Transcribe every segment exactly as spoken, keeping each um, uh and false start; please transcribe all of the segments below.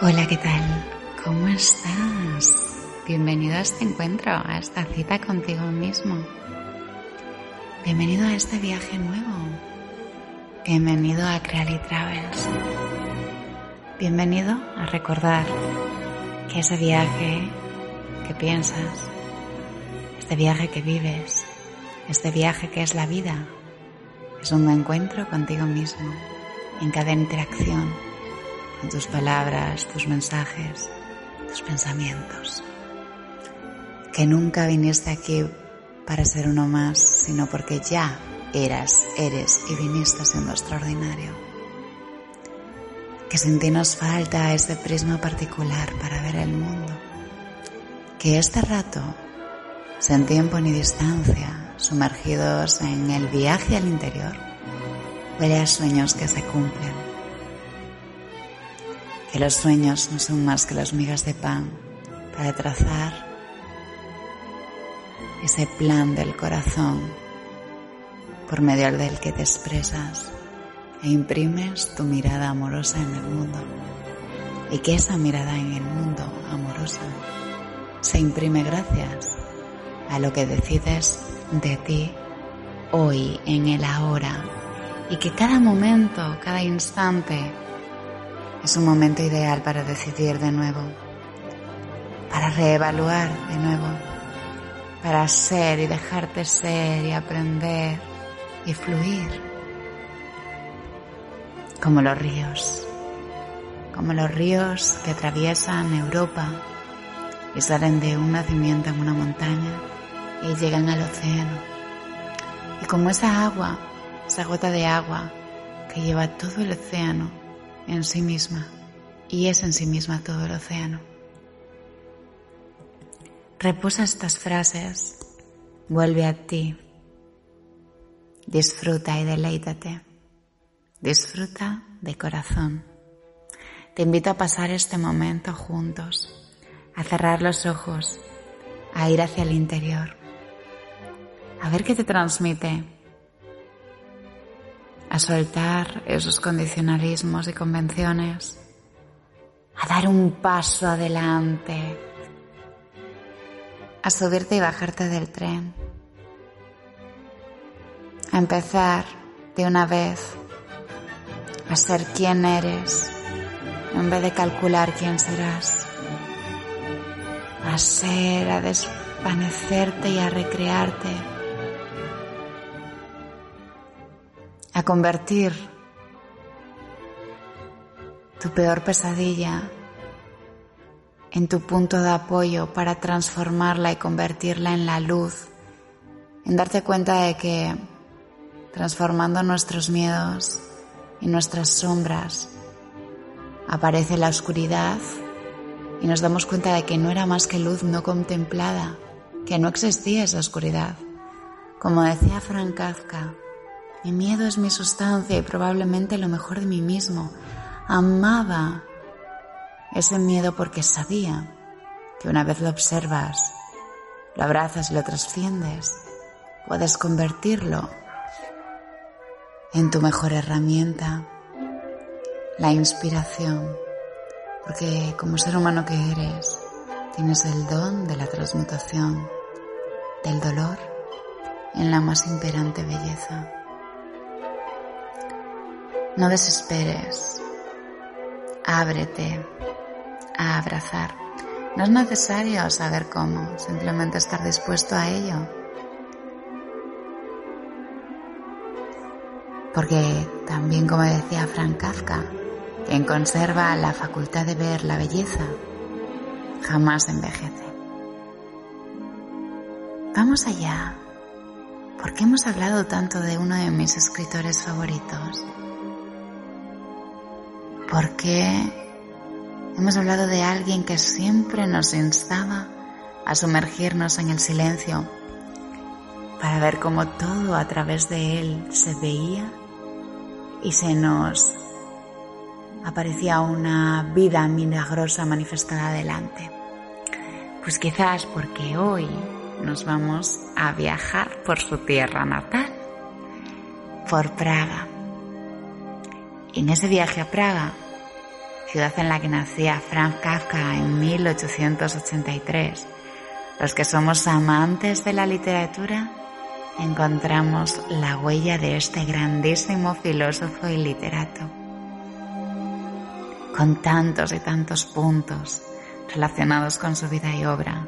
Hola, ¿qué tal? ¿Cómo estás? Bienvenido a este encuentro, a esta cita contigo mismo. Bienvenido a este viaje nuevo. Bienvenido a Creali Travels. Bienvenido a recordar que ese viaje que piensas, este viaje que vives, este viaje que es la vida, es un encuentro contigo mismo en cada interacción, con tus palabras, tus mensajes, tus pensamientos. Que nunca viniste aquí para ser uno más, sino porque ya eras, eres y viniste siendo extraordinario. Que sin ti nos falta ese prisma particular para ver el mundo. Que este rato, sin tiempo ni distancia, sumergidos en el viaje al interior, huele a sueños que se cumplen. Que los sueños no son más que las migas de pan para trazar ese plan del corazón por medio del que te expresas e imprimes tu mirada amorosa en el mundo, y que esa mirada en el mundo amorosa se imprime gracias a lo que decides de ti hoy, en el ahora, y que cada momento, cada instante es un momento ideal para decidir de nuevo, para reevaluar de nuevo, para ser y dejarte ser y aprender y fluir, como los ríos, como los ríos que atraviesan Europa y salen de un nacimiento en una montaña y llegan al océano. Y como esa agua, esa gota de agua que lleva todo el océano en sí misma, y es en sí misma todo el océano. Reposa estas frases, vuelve a ti, disfruta y deleítate, disfruta de corazón. Te invito a pasar este momento juntos, a cerrar los ojos, a ir hacia el interior, a ver qué te transmite, a soltar esos condicionalismos y convenciones, a dar un paso adelante, a subirte y bajarte del tren, a empezar de una vez a ser quien eres en vez de calcular quién serás, a ser, a desvanecerte y a recrearte, a convertir tu peor pesadilla en tu punto de apoyo para transformarla y convertirla en la luz, en darte cuenta de que transformando nuestros miedos y nuestras sombras aparece la oscuridad y nos damos cuenta de que no era más que luz no contemplada, que no existía esa oscuridad. Como decía Franz Kafka, mi miedo es mi sustancia y probablemente lo mejor de mí mismo. Amaba ese miedo porque sabía que una vez lo observas, lo abrazas y lo trasciendes, puedes convertirlo en tu mejor herramienta, la inspiración, porque como ser humano que eres, tienes el don de la transmutación del dolor en la más imperante belleza. No desesperes, ábrete a abrazar. No es necesario saber cómo, simplemente estar dispuesto a ello. Porque también, como decía Franz Kafka, quien conserva la facultad de ver la belleza jamás envejece. Vamos allá. ¿Por qué hemos hablado tanto de uno de mis escritores favoritos? ¿Por qué hemos hablado de alguien que siempre nos instaba a sumergirnos en el silencio para ver cómo todo a través de él se veía y se nos aparecía una vida milagrosa manifestada delante? Pues quizás porque hoy nos vamos a viajar por su tierra natal, por Praga. Y en ese viaje a Praga ciudad en la que nacía Franz Kafka en mil ochocientos ochenta y tres, los que somos amantes de la literatura, encontramos la huella de este grandísimo filósofo y literato, con tantos y tantos puntos relacionados con su vida y obra.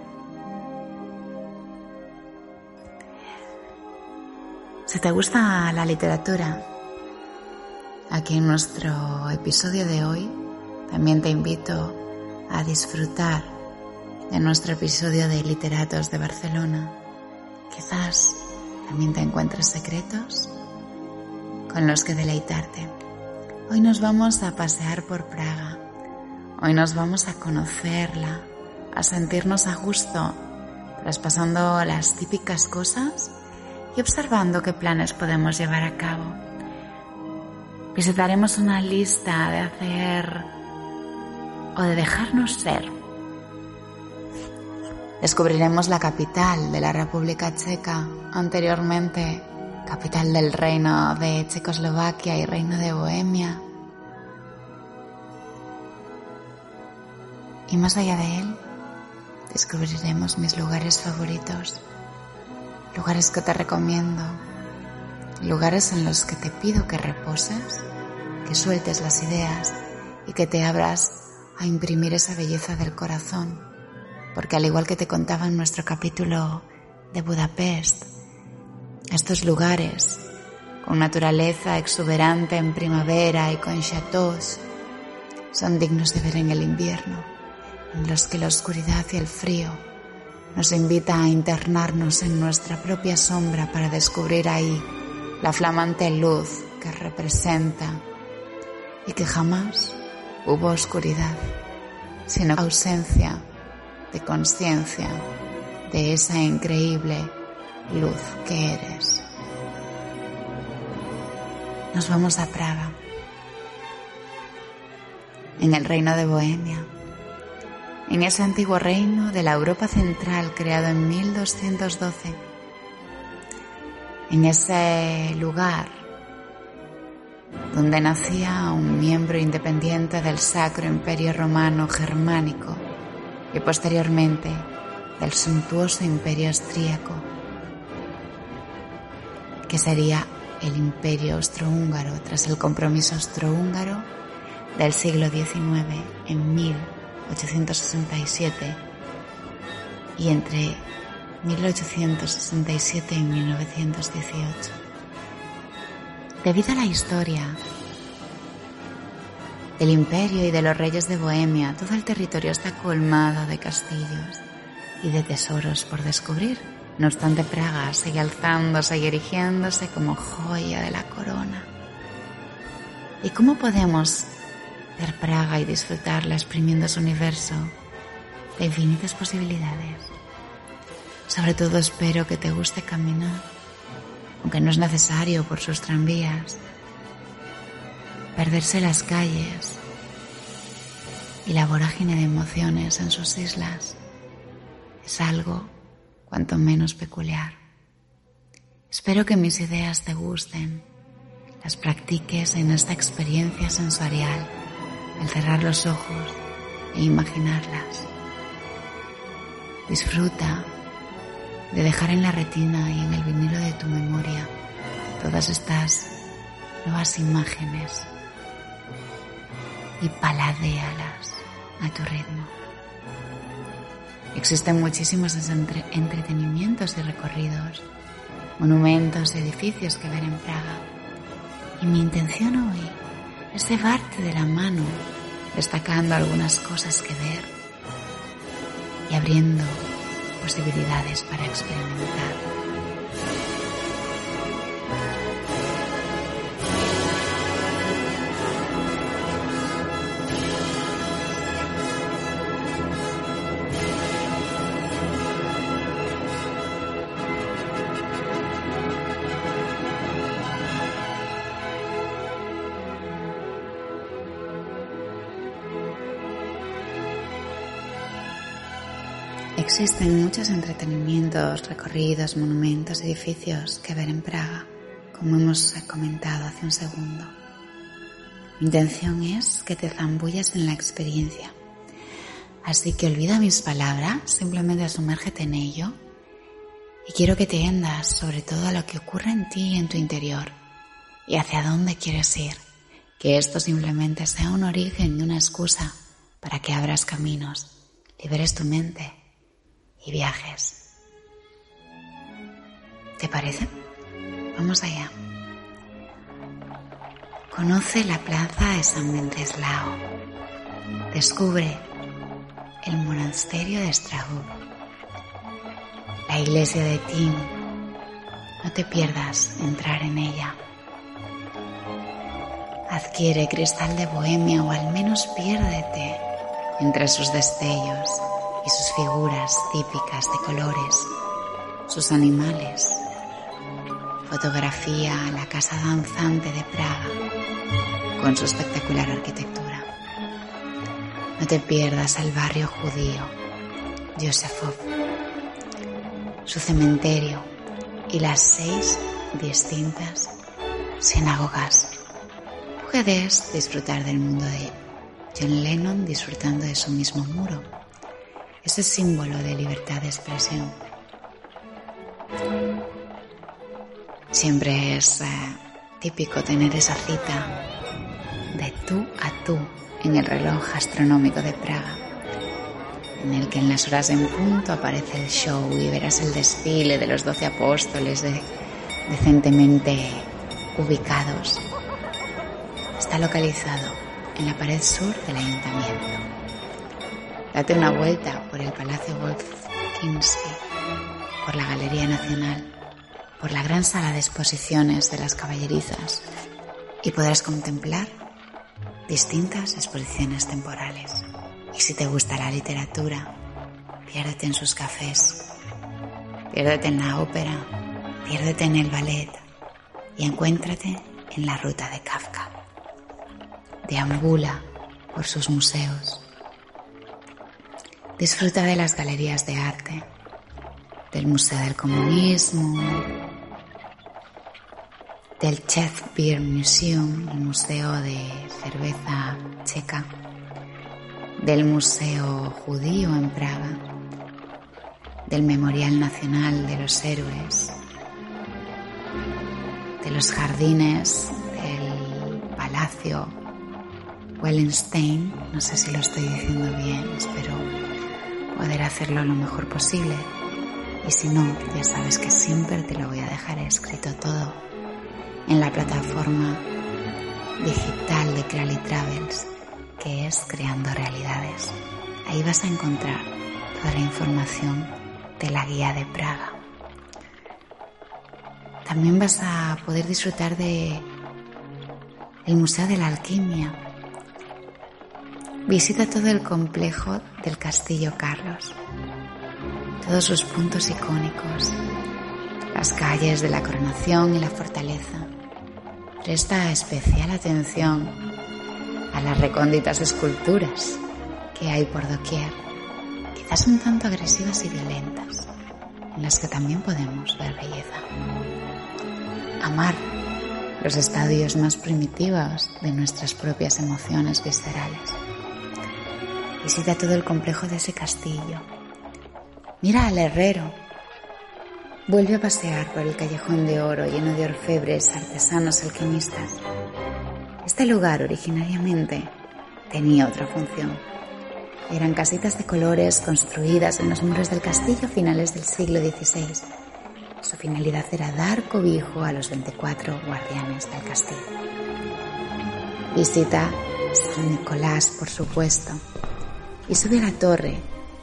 Si te gusta la literatura, aquí en nuestro episodio de hoy también te invito a disfrutar de nuestro episodio de Literatos de Barcelona. Quizás también te encuentres secretos con los que deleitarte. Hoy nos vamos a pasear por Praga. Hoy nos vamos a conocerla, a sentirnos a gusto, traspasando las típicas cosas y observando qué planes podemos llevar a cabo. Visitaremos una lista de hacer o de dejarnos ser. Descubriremos la capital de la República Checa, anteriormente capital del Reino de Checoslovaquia y Reino de Bohemia. Y más allá de él, descubriremos mis lugares favoritos, lugares que te recomiendo, lugares en los que te pido que reposes, que sueltes las ideas y que te abras a imprimir esa belleza del corazón, porque al igual que te contaba en nuestro capítulo de Budapest, estos lugares con naturaleza exuberante en primavera y con châteaux son dignos de ver en el invierno, en los que la oscuridad y el frío nos invita a internarnos en nuestra propia sombra para descubrir ahí la flamante luz que representa y que jamás hubo oscuridad, sino ausencia de conciencia de esa increíble luz que eres. Nos vamos a Praga, en el Reino de Bohemia, en ese antiguo reino de la Europa central creado en mil doscientos doce, en ese lugar donde nacía un miembro independiente del Sacro Imperio Romano Germánico y posteriormente del suntuoso Imperio Austríaco, que sería el Imperio Austrohúngaro tras el compromiso austrohúngaro del siglo diecinueve en mil ochocientos sesenta y siete y entre mil ochocientos sesenta y siete y mil novecientos dieciocho. Debido a la historia del imperio y de los reyes de Bohemia, todo el territorio está colmado de castillos y de tesoros por descubrir. No obstante, Praga sigue alzándose y erigiéndose como joya de la corona. ¿Y cómo podemos ver Praga y disfrutarla exprimiendo su universo de infinitas posibilidades? Sobre todo espero que te guste caminar, aunque no es necesario por sus tranvías, perderse las calles y la vorágine de emociones en sus islas es algo cuanto menos peculiar. Espero que mis ideas te gusten, las practiques en esta experiencia sensorial al cerrar los ojos e imaginarlas. Disfruta de dejar en la retina y en el vinilo de tu memoria todas estas nuevas imágenes y paladéalas a tu ritmo. Existen muchísimos entre- entretenimientos y recorridos, monumentos y edificios que ver en Praga. Y mi intención hoy es llevarte de la mano, destacando algunas cosas que ver y abriendo posibilidades para experimentar. Existen muchos entretenimientos, recorridos, monumentos, edificios que ver en Praga, como hemos comentado hace un segundo. Mi intención es que te zambullas en la experiencia. Así que olvida mis palabras, simplemente sumérgete en ello y quiero que te hendas sobre todo a lo que ocurre en ti y en tu interior y hacia dónde quieres ir. Que esto simplemente sea un origen y una excusa para que abras caminos, liberes tu mente y viajes. ¿Te parece? Vamos allá. Conoce la plaza de San Venceslao. Descubre el monasterio de Strahov, la iglesia de Tim. No te pierdas entrar en ella. Adquiere cristal de Bohemia o al menos piérdete entre sus destellos y sus figuras típicas de colores, sus animales. Fotografía la casa danzante de Praga con su espectacular arquitectura. No te pierdas el barrio judío, Yosefov, su cementerio y las seis distintas sinagogas. Puedes disfrutar del mundo de John Lennon disfrutando de su mismo muro, ese símbolo de libertad de expresión. Siempre es eh, típico tener esa cita de tú a tú en el reloj astronómico de Praga, en el que en las horas en punto aparece el show y verás el desfile de los doce apóstoles de, decentemente ubicados. Está localizado en la pared sur del ayuntamiento. Date una vuelta por el Palacio Wolf-Kinsky, por la Galería Nacional, por la gran sala de exposiciones de las caballerizas y podrás contemplar distintas exposiciones temporales. Y si te gusta la literatura, piérdete en sus cafés, piérdete en la ópera, piérdete en el ballet y encuéntrate en la ruta de Kafka. Deambula por sus museos. Disfruta de las galerías de arte, del Museo del Comunismo, del Czech Beer Museum, el Museo de Cerveza Checa, del Museo Judío en Praga, del Memorial Nacional de los Héroes, de los jardines del Palacio Wallenstein, no sé si lo estoy diciendo bien, espero poder hacerlo lo mejor posible. Y si no, ya sabes que siempre te lo voy a dejar escrito todo en la plataforma digital de Crowley Travels, que es Creando Realidades. Ahí vas a encontrar toda la información de la guía de Praga. También vas a poder disfrutar de el Museo de la Alquimia. Visita todo el complejo del Castillo Carlos, todos sus puntos icónicos, las calles de la Coronación y la Fortaleza. Presta especial atención a las recónditas esculturas que hay por doquier, quizás un tanto agresivas y violentas, en las que también podemos ver belleza. Amar los estadios más primitivos de nuestras propias emociones viscerales. Visita todo el complejo de ese castillo. Mira al herrero. Vuelve a pasear por el callejón de oro lleno de orfebres, artesanos, alquimistas. Este lugar originariamente tenía otra función. Eran casitas de colores construidas en los muros del castillo a finales del siglo dieciséis. Su finalidad era dar cobijo a los veinticuatro guardianes del castillo. Visita San Nicolás, por supuesto, y sube a la torre.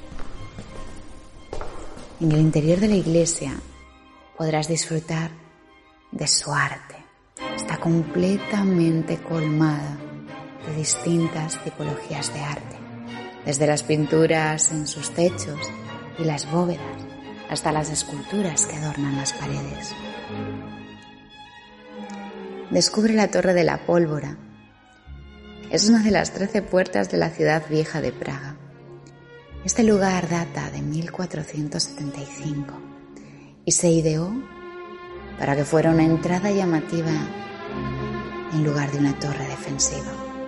En el interior de la iglesia podrás disfrutar de su arte. Está completamente colmada de distintas tipologías de arte, desde las pinturas en sus techos y las bóvedas hasta las esculturas que adornan las paredes. Descubre la Torre de la Pólvora. Es una de las trece puertas de la ciudad vieja de Praga. Este lugar data de mil cuatrocientos setenta y cinco y se ideó para que fuera una entrada llamativa en lugar de una torre defensiva.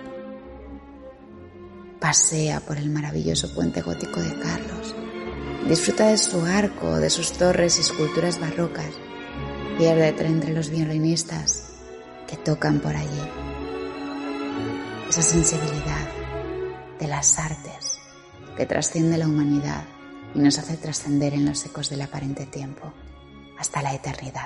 pasea por el maravilloso puente gótico de Carlos, disfruta de su arco, de sus torres y esculturas barrocas, piérdete entre los violinistas que tocan por allí. Esa sensibilidad de las artes que trasciende la humanidad y nos hace trascender en los ecos del aparente tiempo hasta la eternidad.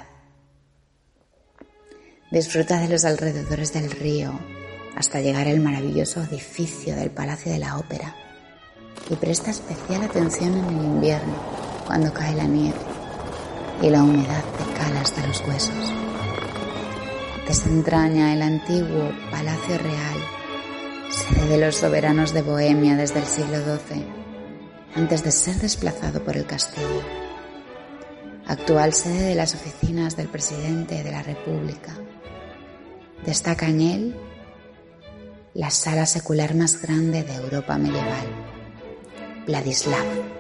Disfruta de los alrededores del río hasta llegar al maravilloso edificio del Palacio de la Ópera y presta especial atención en el invierno cuando cae la nieve y la humedad te cala hasta los huesos. Desentraña el antiguo Palacio Real, sede de los soberanos de Bohemia desde el siglo doce, antes de ser desplazado por el castillo. Actual sede de las oficinas del presidente de la República. Destaca en él la sala secular más grande de Europa medieval, Vladislav.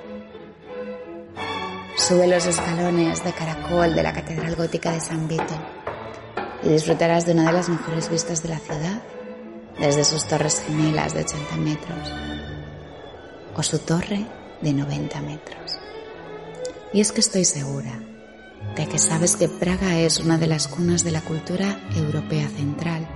Sube los escalones de caracol de la Catedral Gótica de San Vito y disfrutarás de una de las mejores vistas de la ciudad desde sus torres gemelas de ochenta metros o su torre de noventa metros. Y es que estoy segura de que sabes que Praga es una de las cunas de la cultura europea central.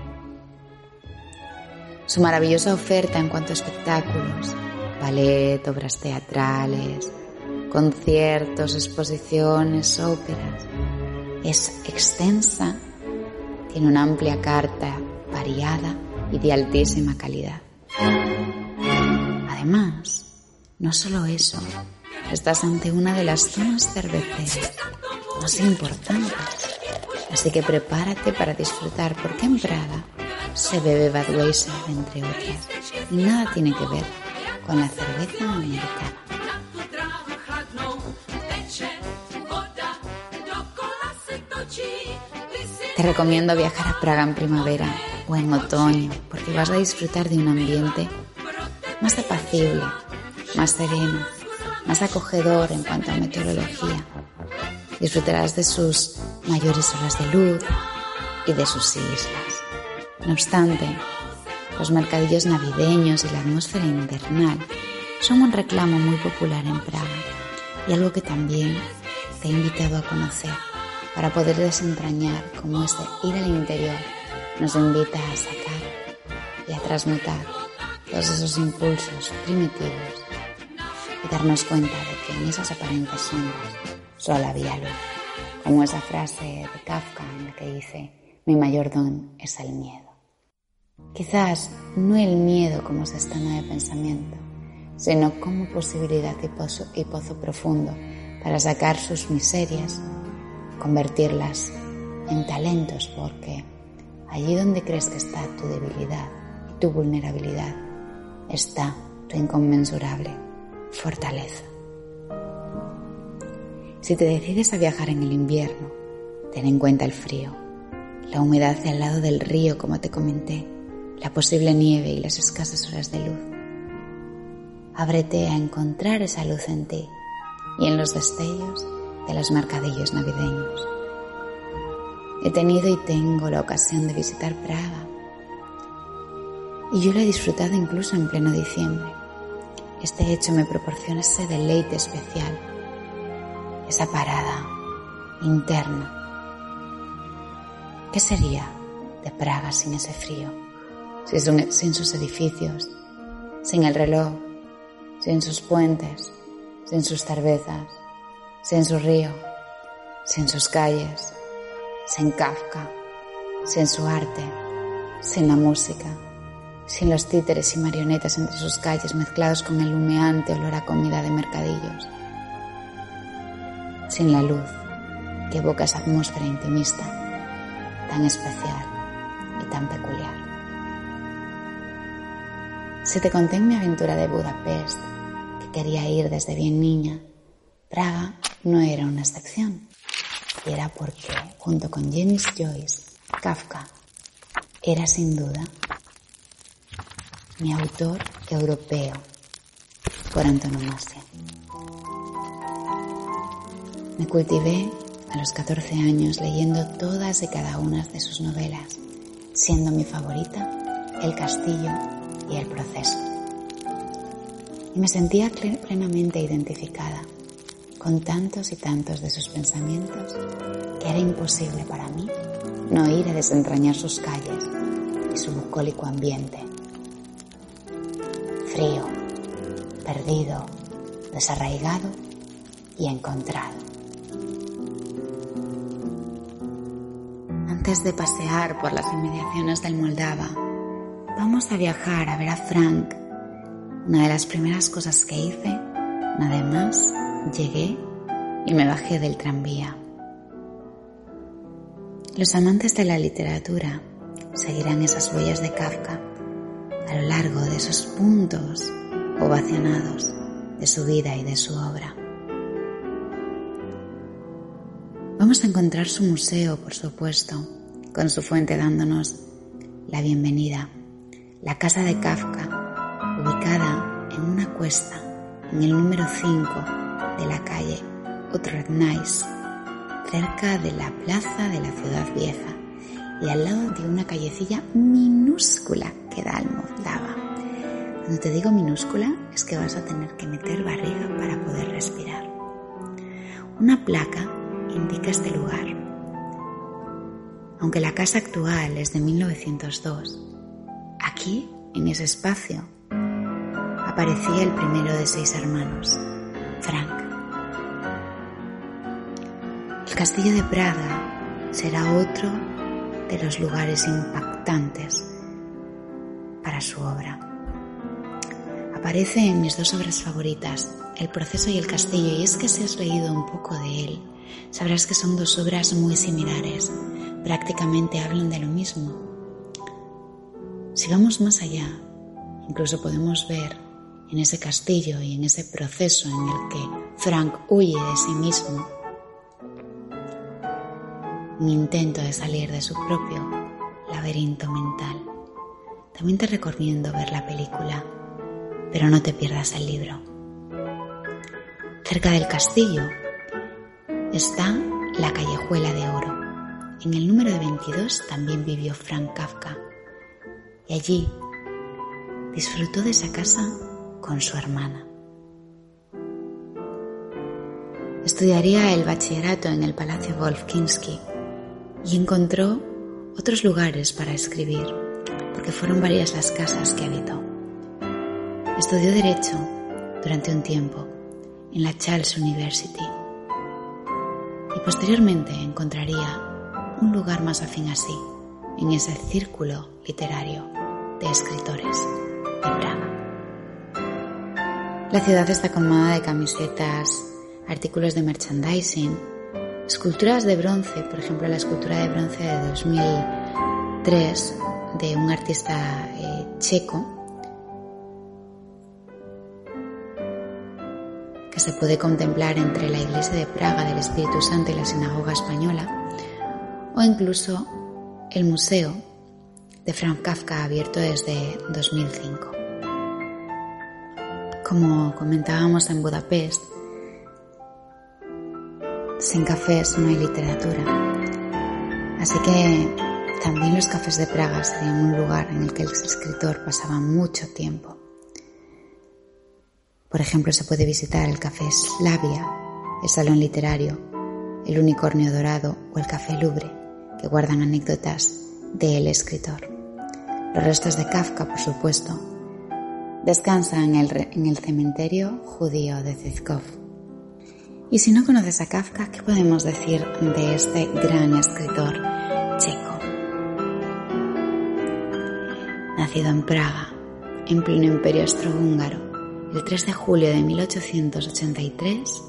Su maravillosa oferta en cuanto a espectáculos, ballet, obras teatrales, conciertos, exposiciones, óperas, es extensa, tiene una amplia carta variada y de altísima calidad. Además, no solo eso, estás ante una de las zonas cerveceras más importantes, así que prepárate para disfrutar, porque en Praga se bebe Budweiser, entre otras, y nada tiene que ver con la cerveza americana. Te recomiendo viajar a Praga en primavera o en otoño, porque vas a disfrutar de un ambiente más apacible, más sereno, más acogedor en cuanto a meteorología. Disfrutarás de sus mayores horas de luz y de sus islas. No obstante, los mercadillos navideños y la atmósfera invernal son un reclamo muy popular en Praga y algo que también te he invitado a conocer para poder desentrañar cómo este ir al interior nos invita a sacar y a transmutar todos esos impulsos primitivos y darnos cuenta de que en esas aparentes sombras solo había luz, como esa frase de Kafka en la que dice: mi mayor don es el miedo. Quizás no el miedo como sistema de pensamiento, sino como posibilidad y pozo, y pozo profundo para sacar sus miserias, convertirlas en talentos, porque allí donde crees que está tu debilidad y tu vulnerabilidad, está tu inconmensurable fortaleza. Si te decides a viajar en el invierno, ten en cuenta el frío, la humedad al lado del río, como te comenté, la posible nieve y las escasas horas de luz. Ábrete a encontrar esa luz en ti y en los destellos de los mercadillos navideños. He tenido y tengo la ocasión de visitar Praga y yo lo he disfrutado incluso en pleno diciembre. Este hecho me proporciona ese deleite especial, esa parada interna. ¿Qué sería de Praga sin ese frío? Sin sus edificios, sin el reloj, sin sus puentes, sin sus cervezas, sin su río, sin sus calles, sin Kafka, sin su arte, sin la música, sin los títeres y marionetas entre sus calles mezclados con el humeante olor a comida de mercadillos, sin la luz que evoca esa atmósfera intimista tan especial y tan peculiar. Si te conté en mi aventura de Budapest que quería ir desde bien niña, Praga no era una excepción. Y era porque, junto con James Joyce, Kafka era sin duda mi autor europeo por antonomasia. Me cultivé a los catorce años leyendo todas y cada una de sus novelas, siendo mi favorita El castillo y El proceso. y me sentía plenamente identificada con tantos y tantos de sus pensamientos que era imposible para mí no ir a desentrañar sus calles y su bucólico ambiente. Frío, perdido, desarraigado y encontrado. Antes de pasear por las inmediaciones del Moldava, vamos a viajar a ver a Frank. Una de las primeras cosas que hice, nada más, llegué y me bajé del tranvía. Los amantes de la literatura seguirán esas huellas de Kafka a lo largo de esos puntos ovacionados de su vida y de su obra. Vamos a encontrar su museo, por supuesto, con su fuente dándonos la bienvenida, la casa de Kafka, ubicada en una cuesta en el número cinco de la calle Utrecht-Nice, cerca de la plaza de la Ciudad Vieja y al lado de una callecilla minúscula que da al Moldava. Cuando te digo minúscula es que vas a tener que meter barriga para poder respirar. Una placa indica este lugar. Aunque la casa actual es de mil novecientos dos, aquí, en ese espacio, aparecía el primero de seis hermanos, Frank. El castillo de Praga será otro de los lugares impactantes para su obra. Aparece en mis dos obras favoritas, El proceso y El castillo, y es que si has leído un poco de él, sabrás que son dos obras muy similares, prácticamente hablan de lo mismo. Si vamos más allá, incluso podemos ver en ese castillo y en ese proceso en el que Frank huye de sí mismo, un intento de salir de su propio laberinto mental. También te recomiendo ver la película, pero no te pierdas el libro. Cerca del castillo está la Callejuela de Oro. En el número de veintidós también vivió Frank Kafka y allí disfrutó de esa casa con su hermana. Estudiaría el bachillerato en el Palacio Wolf-Kinsky y encontró otros lugares para escribir, porque fueron varias las casas que habitó. Estudió Derecho durante un tiempo en la Charles University y posteriormente encontraría un lugar más afín así, en ese círculo literario de escritores de Praga. La ciudad está colmada de camisetas, artículos de merchandising, esculturas de bronce, por ejemplo la escultura de bronce de dos mil tres de un artista eh, checo que se puede contemplar entre la iglesia de Praga del Espíritu Santo y la sinagoga española, o incluso el museo de Frank Kafka abierto desde dos mil cinco. Como comentábamos en Budapest, sin cafés no hay literatura. Así que también los cafés de Praga serían un lugar en el que el escritor pasaba mucho tiempo. Por ejemplo, se puede visitar el Café Slavia, el Salón Literario, el Unicornio Dorado o el Café Louvre, que guardan anécdotas del escritor. Los restos de Kafka, por supuesto, descansan en el, en el cementerio judío de Zizkov. Y si no conoces a Kafka, ¿qué podemos decir de este gran escritor checo? Nacido en Praga, en pleno imperio austrohúngaro, el tres de julio de mil ochocientos ochenta y tres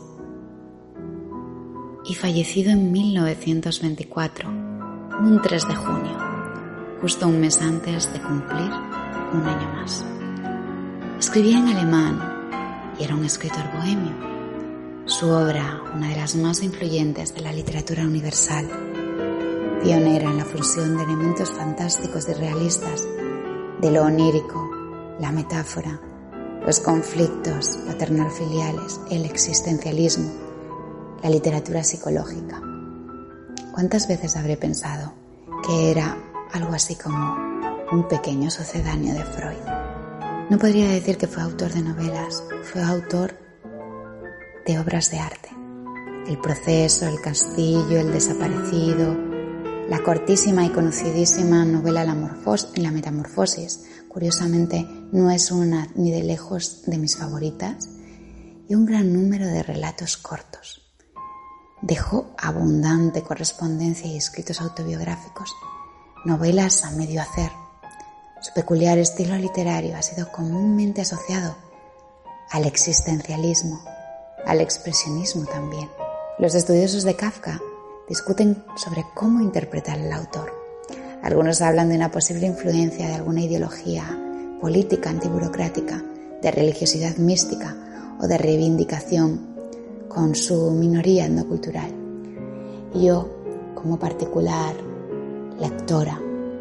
y fallecido en mil novecientos veinticuatro, un tres de junio, justo un mes antes de cumplir un año más. Escribía en alemán y era un escritor bohemio. Su obra, una de las más influyentes de la literatura universal, pionera en la fusión de elementos fantásticos y realistas, de lo onírico, la metáfora, los conflictos paternal-filiales, el existencialismo, la literatura psicológica. ¿Cuántas veces habré pensado que era algo así como un pequeño sucedáneo de Freud? No podría decir que fue autor de novelas, fue autor de obras de arte. El proceso, El castillo, El desaparecido, la cortísima y conocidísima novela La, Morfos- la metamorfosis, curiosamente no es una ni de lejos de mis favoritas, y un gran número de relatos cortos. Dejó abundante correspondencia y escritos autobiográficos, novelas a medio hacer. Su peculiar estilo literario ha sido comúnmente asociado al existencialismo, al expresionismo también. Los estudiosos de Kafka discuten sobre cómo interpretar al autor. Algunos hablan de una posible influencia de alguna ideología política antiburocrática, de religiosidad mística o de reivindicación con su minoría etnocultural. Y yo, como particular lectora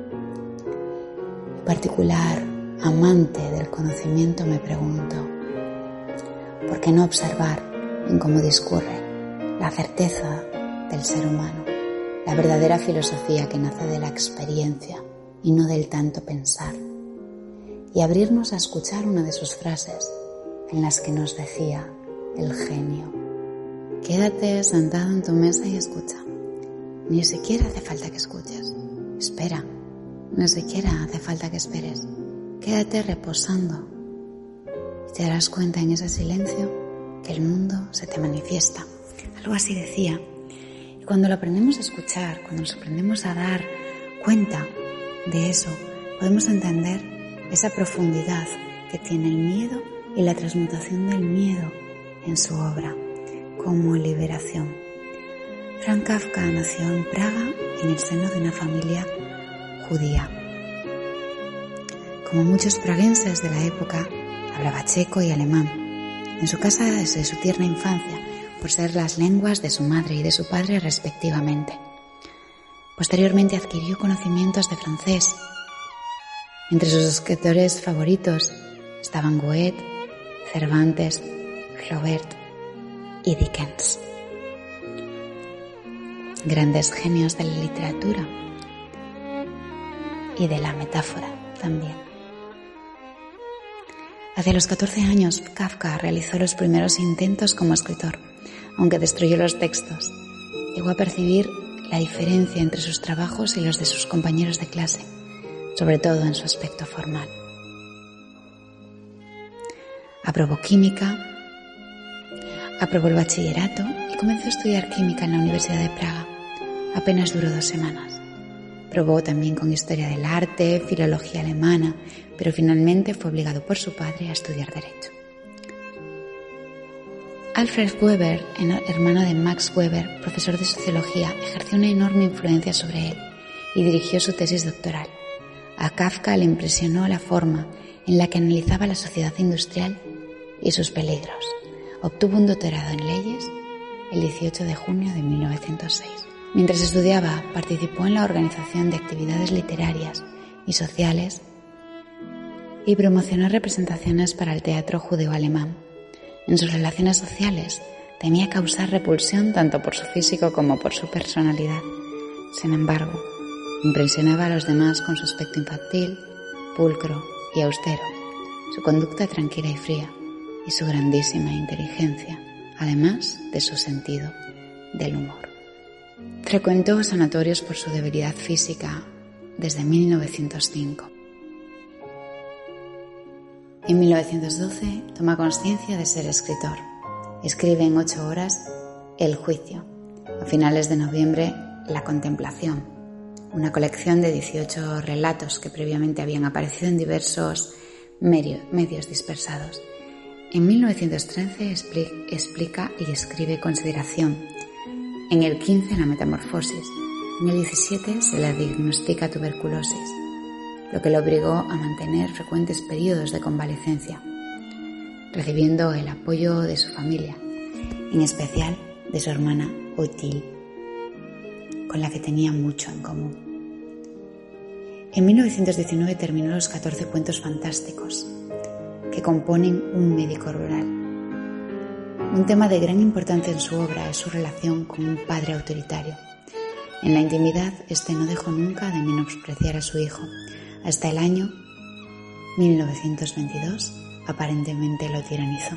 y particular amante del conocimiento, me pregunto, ¿por qué no observar en cómo discurre la certeza del ser humano, la verdadera filosofía que nace de la experiencia y no del tanto pensar, y abrirnos a escuchar una de sus frases en las que nos decía el genio: quédate sentado en tu mesa y escucha. Ni siquiera hace falta que escuches. Espera. Ni siquiera hace falta que esperes. Quédate reposando y te darás cuenta en ese silencio que el mundo se te manifiesta. Algo así decía. Y cuando lo aprendemos a escuchar, cuando nos aprendemos a dar cuenta de eso, podemos entender esa profundidad que tiene el miedo y la transmutación del miedo en su obra como liberación. Franz Kafka nació en Praga en el seno de una familia judía. Como muchos praguenses de la época, hablaba checo y alemán. En su casa desde su tierna infancia, por ser las lenguas de su madre y de su padre respectivamente. Posteriormente adquirió conocimientos de francés. Entre sus escritores favoritos estaban Goethe, Cervantes, Flaubert y Dickens. Grandes genios de la literatura y de la metáfora también. Hacia los catorce años, Kafka realizó los primeros intentos como escritor, aunque destruyó los textos. Llegó a percibir la diferencia entre sus trabajos y los de sus compañeros de clase, sobre todo en su aspecto formal. Aprobó química, aprobó el bachillerato y comenzó a estudiar química en la Universidad de Praga. Apenas duró dos semanas. Probó también con historia del arte, filología alemana, pero finalmente fue obligado por su padre a estudiar derecho. Alfred Weber, hermano de Max Weber, profesor de sociología, ejerció una enorme influencia sobre él y dirigió su tesis doctoral. A Kafka le impresionó la forma en la que analizaba la sociedad industrial y sus peligros. Obtuvo un doctorado en leyes el dieciocho de junio de mil novecientos seis. Mientras estudiaba, participó en la organización de actividades literarias y sociales y promocionó representaciones para el teatro judeo-alemán. En sus relaciones sociales temía causar repulsión tanto por su físico como por su personalidad. Sin embargo, impresionaba a los demás con su aspecto infantil, pulcro y austero, su conducta tranquila y fría y su grandísima inteligencia, además de su sentido del humor. Frecuentó sanatorios por su debilidad física desde mil novecientos cinco. En mil novecientos doce toma conciencia de ser escritor. Escribe en ocho horas El juicio. A finales de noviembre, La contemplación, una colección de dieciocho relatos que previamente habían aparecido en diversos medios dispersados. En mil novecientos trece explica y escribe Consideración. En el quince, La metamorfosis. En el diecisiete se le diagnostica tuberculosis, lo que lo obligó a mantener frecuentes periodos de convalecencia, recibiendo el apoyo de su familia, en especial de su hermana Odile, con la que tenía mucho en común. En mil novecientos diecinueve terminó los catorce cuentos fantásticos que componen Un médico rural. Un tema de gran importancia en su obra es su relación con un padre autoritario. En la intimidad, este no dejó nunca de menospreciar a su hijo, hasta el año mil novecientos veintidós aparentemente lo tiranizó.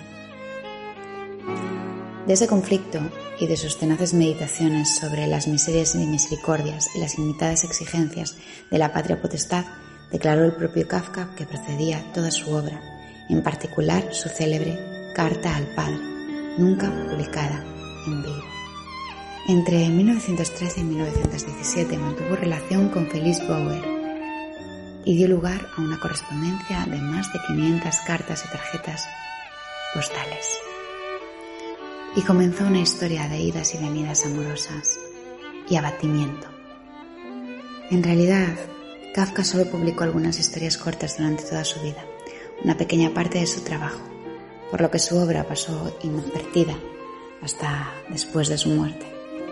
De ese conflicto y de sus tenaces meditaciones sobre las miserias y misericordias y las ilimitadas exigencias de la patria potestad, declaró el propio Kafka que procedía toda su obra, en particular su célebre Carta al Padre, nunca publicada en vivo. Entre mil novecientos trece y mil novecientos diecisiete mantuvo relación con Félix Bauer y dio lugar a una correspondencia de más de quinientas cartas y tarjetas postales. Y comenzó una historia de idas y venidas amorosas y abatimiento. En realidad, Kafka solo publicó algunas historias cortas durante toda su vida, una pequeña parte de su trabajo, por lo que su obra pasó inadvertida hasta después de su muerte.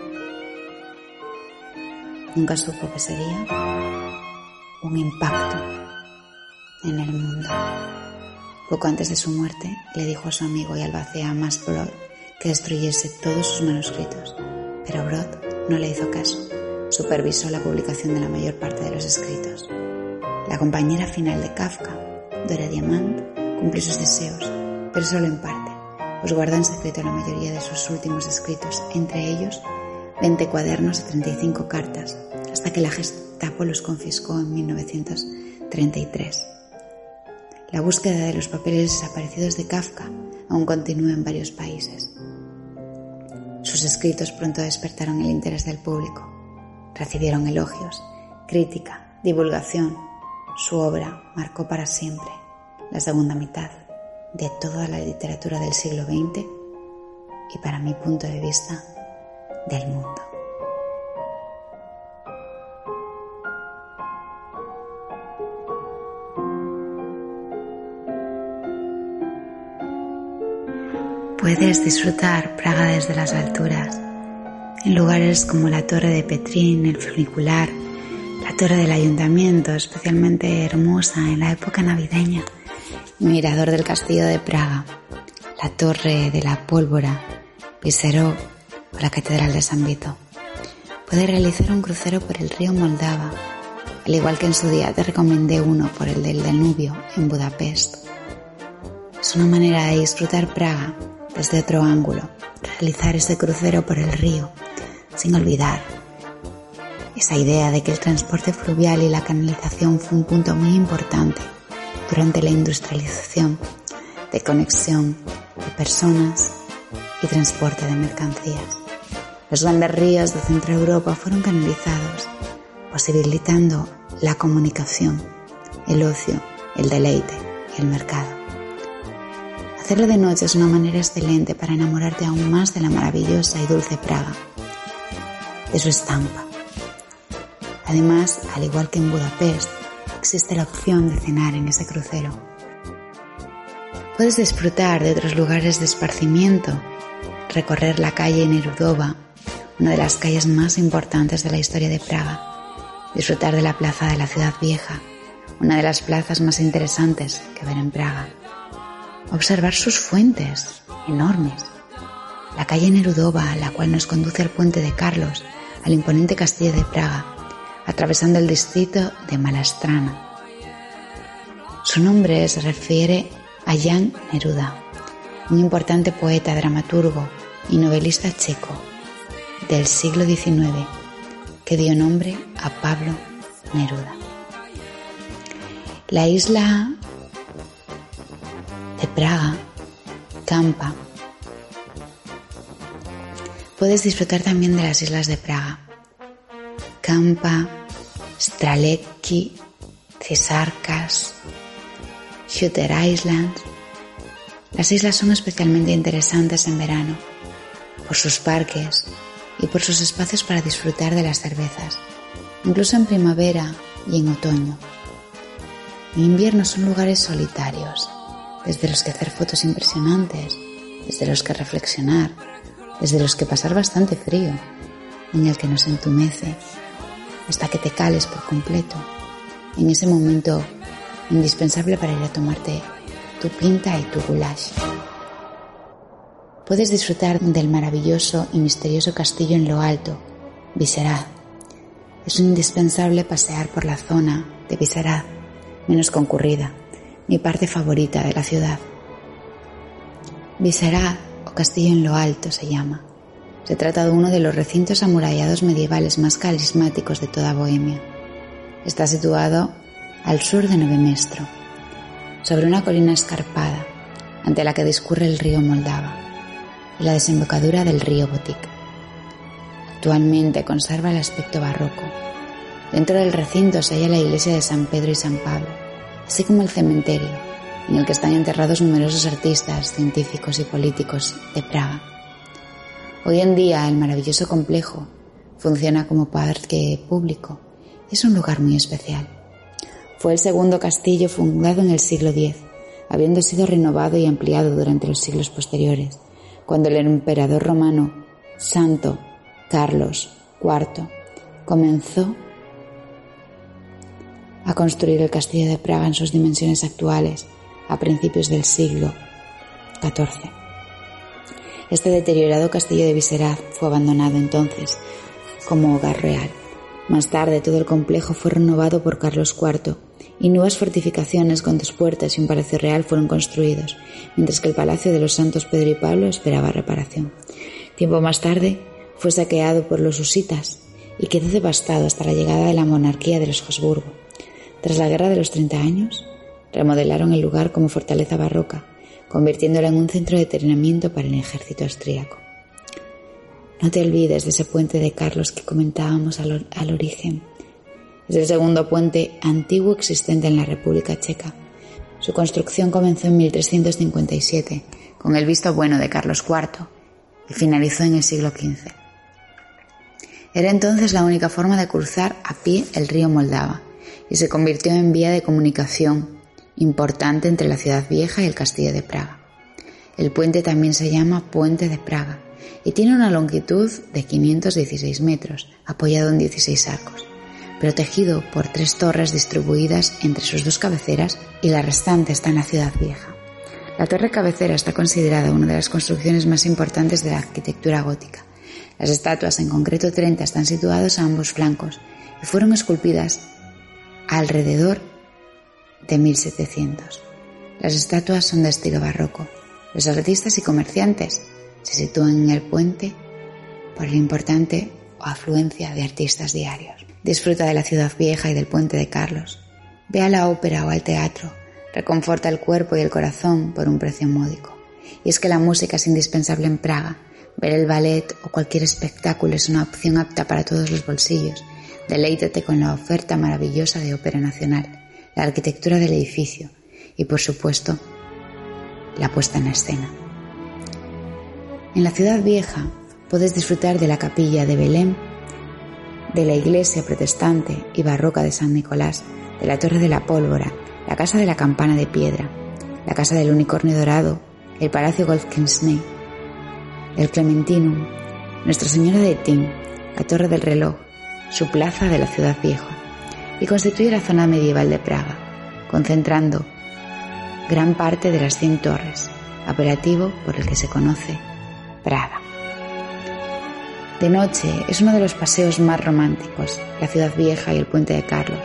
Nunca supo que sería un impacto en el mundo. Poco antes de su muerte, le dijo a su amigo y albacea Max Brod que destruyese todos sus manuscritos, pero Brod no le hizo caso. Supervisó la publicación de la mayor parte de los escritos. La compañera final de Kafka, Dora Diamant, cumplió sus deseos, pero solo en parte, pues guardó en secreto la mayoría de sus últimos escritos, entre ellos veinte cuadernos y treinta y cinco cartas, hasta que la Gestapo los confiscó en mil novecientos treinta y tres. La búsqueda de los papeles desaparecidos de Kafka aún continúa en varios países. Sus escritos pronto despertaron el interés del público. Recibieron elogios, crítica, divulgación. Su obra marcó para siempre la segunda mitad de toda la literatura del siglo veinte y, para mi punto de vista, del mundo. Puedes disfrutar Praga desde las alturas, en lugares como la Torre de Petrín, el funicular, la Torre del Ayuntamiento, especialmente hermosa en la época navideña, el mirador del Castillo de Praga, la Torre de la Pólvora, Vyšehrad o la Catedral de San Vito. Puedes realizar un crucero por el río Moldava, al igual que en su día te recomendé uno por el del Danubio en Budapest. Es una manera de disfrutar Praga desde otro ángulo, realizar ese crucero por el río, sin olvidar esa idea de que el transporte fluvial y la canalización fue un punto muy importante durante la industrialización, de conexión de personas y transporte de mercancías. Los grandes ríos de Centro Europa fueron canalizados, posibilitando la comunicación, el ocio, el deleite y el mercado. Hacerlo de noche es una manera excelente para enamorarte aún más de la maravillosa y dulce Praga, de su estampa. Además, al igual que en Budapest, existe la opción de cenar en ese crucero. Puedes disfrutar de otros lugares de esparcimiento, recorrer la calle Nerudova, una de las calles más importantes de la historia de Praga, disfrutar de la plaza de la Ciudad Vieja, una de las plazas más interesantes que ver en Praga. Observar sus fuentes, enormes. La calle Nerudova, la cual nos conduce al puente de Carlos, al imponente castillo de Praga, atravesando el distrito de Malastrana. Su nombre se refiere a Jan Neruda, un importante poeta, dramaturgo y novelista checo del siglo diecinueve, que dio nombre a Pablo Neruda. La isla de Praga, Kampa. Puedes disfrutar también de las islas de Praga, Kampa, Stralecki, Cisarkas, Shooter Island. Las islas son especialmente interesantes en verano, por sus parques y por sus espacios para disfrutar de las cervezas, incluso en primavera y en otoño. En invierno son lugares solitarios, desde los que hacer fotos impresionantes, desde los que reflexionar, desde los que pasar bastante frío, en el que nos entumece, hasta que te cales por completo, en ese momento indispensable para ir a tomarte tu pinta y tu goulash. Puedes disfrutar del maravilloso y misterioso castillo en lo alto, Vyšehrad. Es indispensable pasear por la zona de Vyšehrad, menos concurrida, mi parte favorita de la ciudad. Vyšehrad, o Castillo en lo Alto, se llama. Se trata de uno de los recintos amurallados medievales más carismáticos de toda Bohemia. Está situado al sur de Nové Město, sobre una colina escarpada, ante la que discurre el río Moldava y la desembocadura del río Botic. Actualmente conserva el aspecto barroco. Dentro del recinto se halla la iglesia de San Pedro y San Pablo, así como el cementerio, en el que están enterrados numerosos artistas, científicos y políticos de Praga. Hoy en día el maravilloso complejo funciona como parque público y es un lugar muy especial. Fue el segundo castillo fundado en el siglo diez, habiendo sido renovado y ampliado durante los siglos posteriores, cuando el emperador romano Santo Carlos cuarto comenzó a construir el castillo de Praga en sus dimensiones actuales a principios del siglo catorce. Este deteriorado castillo de Vyšehrad fue abandonado entonces como hogar real. Más tarde todo el complejo fue renovado por Carlos cuarto y nuevas fortificaciones con dos puertas y un palacio real fueron construidos, mientras que el palacio de los santos Pedro y Pablo esperaba reparación. Tiempo más tarde fue saqueado por los husitas y quedó devastado hasta la llegada de la monarquía de los Habsburgo. Tras la Guerra de los Treinta Años, remodelaron el lugar como fortaleza barroca, convirtiéndola en un centro de entrenamiento para el ejército austríaco. No te olvides de ese puente de Carlos que comentábamos al, al origen. Es el segundo puente antiguo existente en la República Checa. Su construcción comenzó en mil trescientos cincuenta y siete, con el visto bueno de Carlos cuarto, y finalizó en el siglo quince. Era entonces la única forma de cruzar a pie el río Moldava, y se convirtió en vía de comunicación importante entre la ciudad vieja y el castillo de Praga. El puente también se llama Puente de Praga y tiene una longitud de quinientos dieciséis metros, apoyado en dieciséis arcos, protegido por tres torres distribuidas entre sus dos cabeceras y la restante está en la ciudad vieja. La torre cabecera está considerada una de las construcciones más importantes de la arquitectura gótica. Las estatuas, en concreto treinta, están situadas a ambos flancos y fueron esculpidas alrededor de mil setecientos. Las estatuas son de estilo barroco. Los artistas y comerciantes se sitúan en el puente por la importante afluencia de artistas diarios. Disfruta de la ciudad vieja y del puente de Carlos. Ve a la ópera o al teatro. Reconforta el cuerpo y el corazón por un precio módico. Y es que la música es indispensable en Praga. Ver el ballet o cualquier espectáculo es una opción apta para todos los bolsillos. Deleítate con la oferta maravillosa de Ópera Nacional, la arquitectura del edificio y, por supuesto, la puesta en escena. En la ciudad vieja puedes disfrutar de la capilla de Belém, de la iglesia protestante y barroca de San Nicolás, de la Torre de la Pólvora, la Casa de la Campana de Piedra, la Casa del Unicornio Dorado, el Palacio Golfkinsney, el Clementinum, Nuestra Señora de Tim, la Torre del Reloj, su plaza de la ciudad vieja, y constituye la zona medieval de Praga, concentrando gran parte de las cien torres, apelativo por el que se conoce Praga. De noche es uno de los paseos más románticos, la ciudad vieja y el puente de Carlos.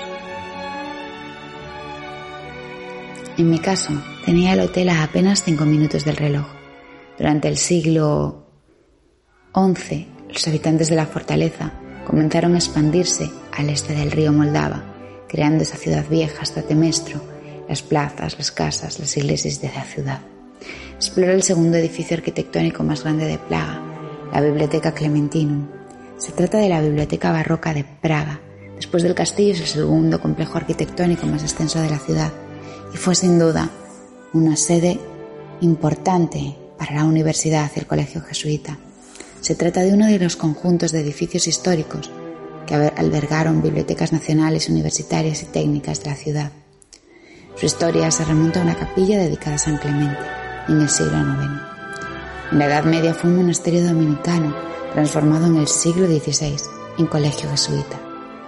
En mi caso, tenía el hotel a apenas cinco minutos del reloj. Durante el siglo once, los habitantes de la fortaleza comenzaron a expandirse al este del río Moldava, creando esa ciudad vieja hasta Temestro, las plazas, las casas, las iglesias de la ciudad. Explora el segundo edificio arquitectónico más grande de Praga, la Biblioteca Clementinum. Se trata de la biblioteca barroca de Praga. Después del castillo es el segundo complejo arquitectónico más extenso de la ciudad y fue sin duda una sede importante para la universidad y el colegio jesuita. Se trata de uno de los conjuntos de edificios históricos que albergaron bibliotecas nacionales, universitarias y técnicas de la ciudad. Su historia se remonta a una capilla dedicada a San Clemente en el siglo noveno. En la Edad Media fue un monasterio dominicano transformado en el siglo dieciséis en colegio jesuita.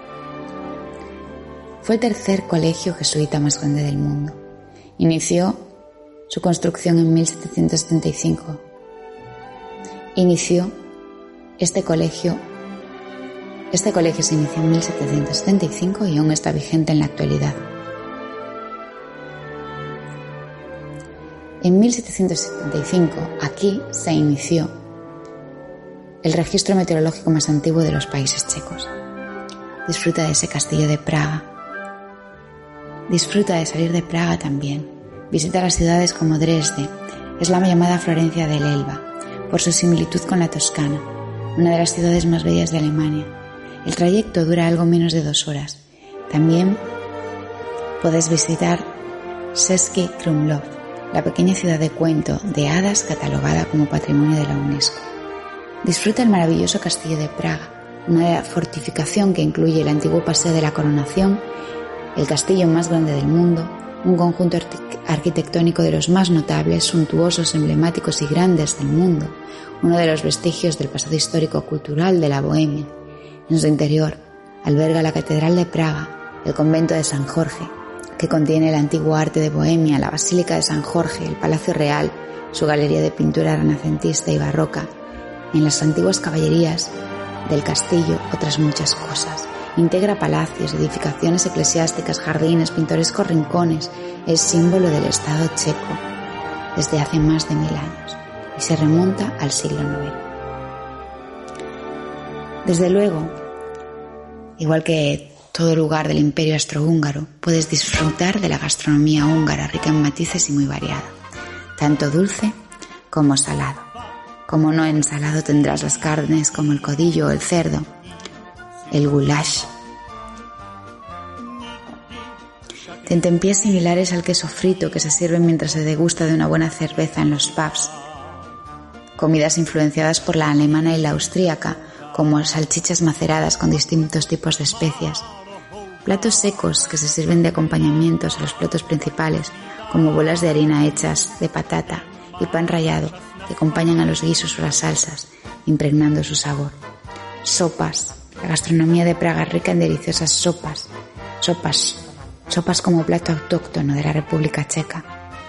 Fue el tercer colegio jesuita más grande del mundo. Inició su construcción en mil setecientos setenta y cinco. Inició este colegio, este colegio se inició en mil setecientos setenta y cinco y aún está vigente en la actualidad. En mil setecientos setenta y cinco, aquí se inició el registro meteorológico más antiguo de los países checos. Disfruta de ese castillo de Praga. Disfruta de salir de Praga también. Visita las ciudades como Dresde. Es la llamada Florencia del Elba, por su similitud con la Toscana, una de las ciudades más bellas de Alemania. El trayecto dura algo menos de dos horas. También puedes visitar Český Krumlov, la pequeña ciudad de cuento de hadas catalogada como Patrimonio de la UNESCO. Disfruta el maravilloso castillo de Praga, una fortificación que incluye el antiguo Paseo de la Coronación, el castillo más grande del mundo, un conjunto arquitectónico de los más notables, suntuosos, emblemáticos y grandes del mundo, uno de los vestigios del pasado histórico-cultural de la Bohemia. En su interior alberga la Catedral de Praga, el convento de San Jorge, que contiene el antiguo arte de Bohemia, la Basílica de San Jorge, el Palacio Real, su galería de pintura renacentista y barroca. En las antiguas caballerías del castillo, otras muchas cosas. Integra palacios, edificaciones eclesiásticas, jardines, pintorescos rincones. Es símbolo del Estado checo desde hace más de mil años y se remonta al siglo noveno. Desde luego, igual que todo lugar del Imperio Austrohúngaro, puedes disfrutar de la gastronomía húngara, rica en matices y muy variada, tanto dulce como salado. Como no en salado tendrás las carnes como el codillo o el cerdo, el goulash. Tentempiés similares al queso frito que se sirven mientras se degusta de una buena cerveza en los pubs. Comidas influenciadas por la alemana y la austríaca, como salchichas maceradas con distintos tipos de especias. Platos secos que se sirven de acompañamientos a los platos principales, como bolas de harina hechas de patata y pan rallado, que acompañan a los guisos o las salsas, impregnando su sabor. Sopas. La gastronomía de Praga es rica en deliciosas sopas. Sopas. Sopas como plato autóctono de la República Checa.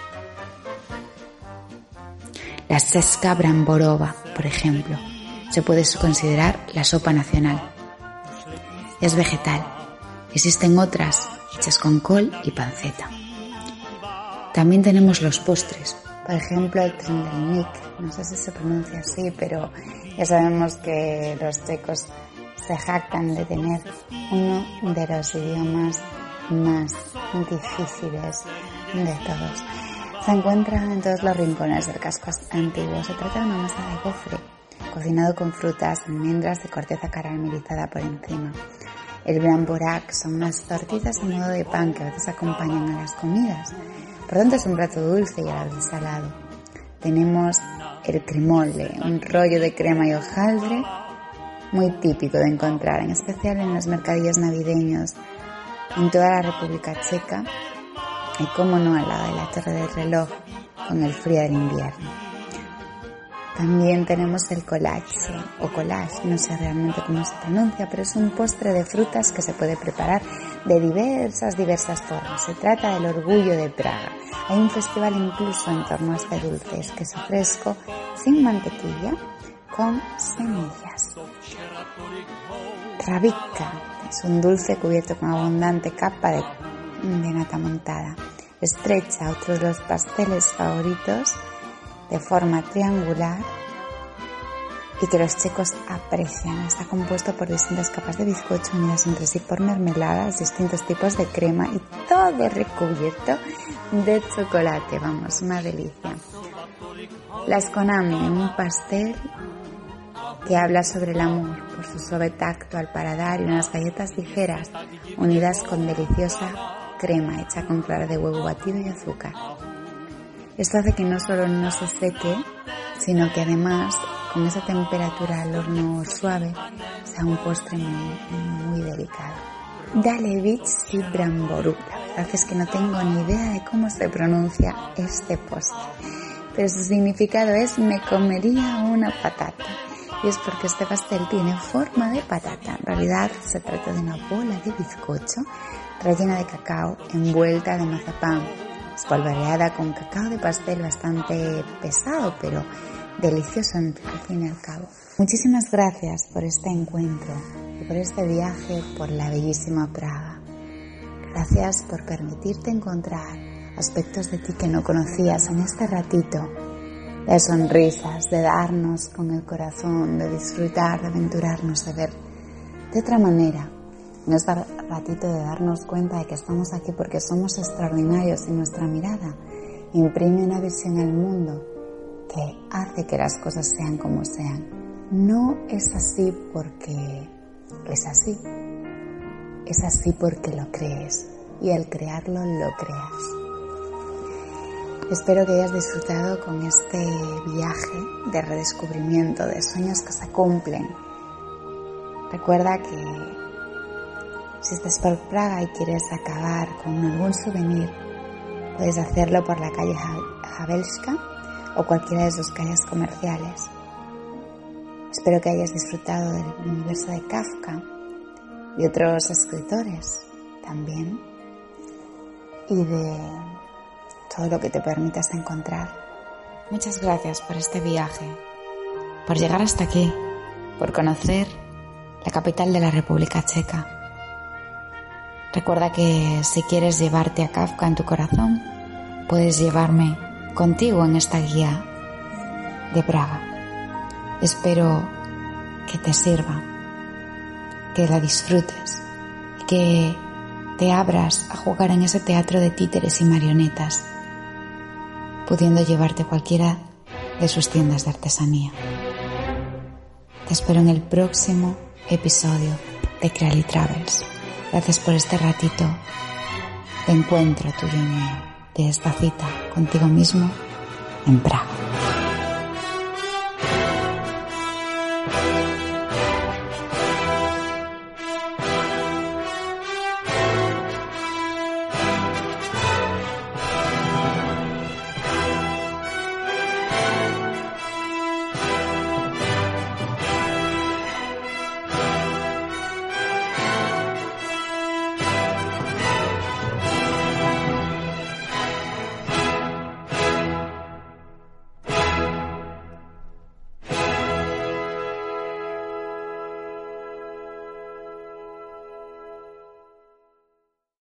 La Česká bramborová, por ejemplo, se puede considerar la sopa nacional. Es vegetal. Existen otras hechas con col y panceta. También tenemos los postres. Por ejemplo, el trindelnik, no sé si se pronuncia así, pero ya sabemos que los checos se jactan de tener uno de los idiomas más difíciles de todos. Se encuentra en todos los rincones del casco antiguo. Se trata de una masa de gofre, cocinado con frutas, almendras de corteza caramelizada por encima. El bramborak son unas tortitas en modo de pan que a veces acompañan a las comidas. Por tanto, es un plato dulce y a la vez salado. Tenemos el cremole, un rollo de crema y hojaldre muy típico de encontrar, en especial en los mercadillos navideños en toda la República Checa y, como no, al lado de la Torre del Reloj con el frío del invierno. También tenemos el kolache o collage, no sé realmente cómo se pronuncia, pero es un postre de frutas que se puede preparar de diversas, diversas formas. Se trata del orgullo de Praga. Hay un festival incluso en torno a este dulce, es queso fresco, sin mantequilla, con semillas. Rabika es un dulce cubierto con abundante capa de, de nata montada. Estrecha, otro de los pasteles favoritos, de forma triangular y que los checos aprecian. Está compuesto por distintas capas de bizcocho unidas entre sí por mermeladas, distintos tipos de crema y todo recubierto de chocolate. Vamos, una delicia. La skonami, un pastel que habla sobre el amor por su suave tacto al paladar, y unas galletas ligeras unidas con deliciosa crema hecha con clara de huevo batido y azúcar. Esto hace que no solo no se seque, sino que además, con esa temperatura al horno suave, sea un postre muy, muy delicado. Dalevich bramboru. La verdad es que no tengo ni idea de cómo se pronuncia este postre, pero su significado es me comería una patata. Y es porque este pastel tiene forma de patata. En realidad se trata de una bola de bizcocho rellena de cacao envuelta de mazapán, espolvoreada con cacao de pastel bastante pesado, pero delicioso al fin y al cabo. Muchísimas gracias por este encuentro y por este viaje por la bellísima Praga. Gracias por permitirte encontrar aspectos de ti que no conocías en este ratito de sonrisas, de darnos con el corazón, de disfrutar, de aventurarnos, de ver de otra manera. En este ratito de darnos cuenta de que estamos aquí porque somos extraordinarios y nuestra mirada imprime una visión al mundo que hace que las cosas sean como sean. No es así porque es así. Es así porque lo crees y al crearlo lo creas. Espero que hayas disfrutado con este viaje de redescubrimiento, de sueños que se cumplen. Recuerda que si estás por Praga y quieres acabar con algún souvenir, puedes hacerlo por la calle Havelska o cualquiera de sus calles comerciales. Espero que hayas disfrutado del universo de Kafka y otros escritores también, y de todo lo que te permitas encontrar. Muchas gracias por este viaje, por llegar hasta aquí, por conocer la capital de la República Checa. Recuerda que si quieres llevarte a Kafka en tu corazón, puedes llevarme contigo en esta guía de Praga. Espero que te sirva, que la disfrutes y que te abras a jugar en ese teatro de títeres y marionetas, pudiendo llevarte a cualquiera de sus tiendas de artesanía. Te espero en el próximo episodio de Creally Travels. Gracias por este ratito de encuentro tuyo y mío, de esta cita contigo mismo en Praga.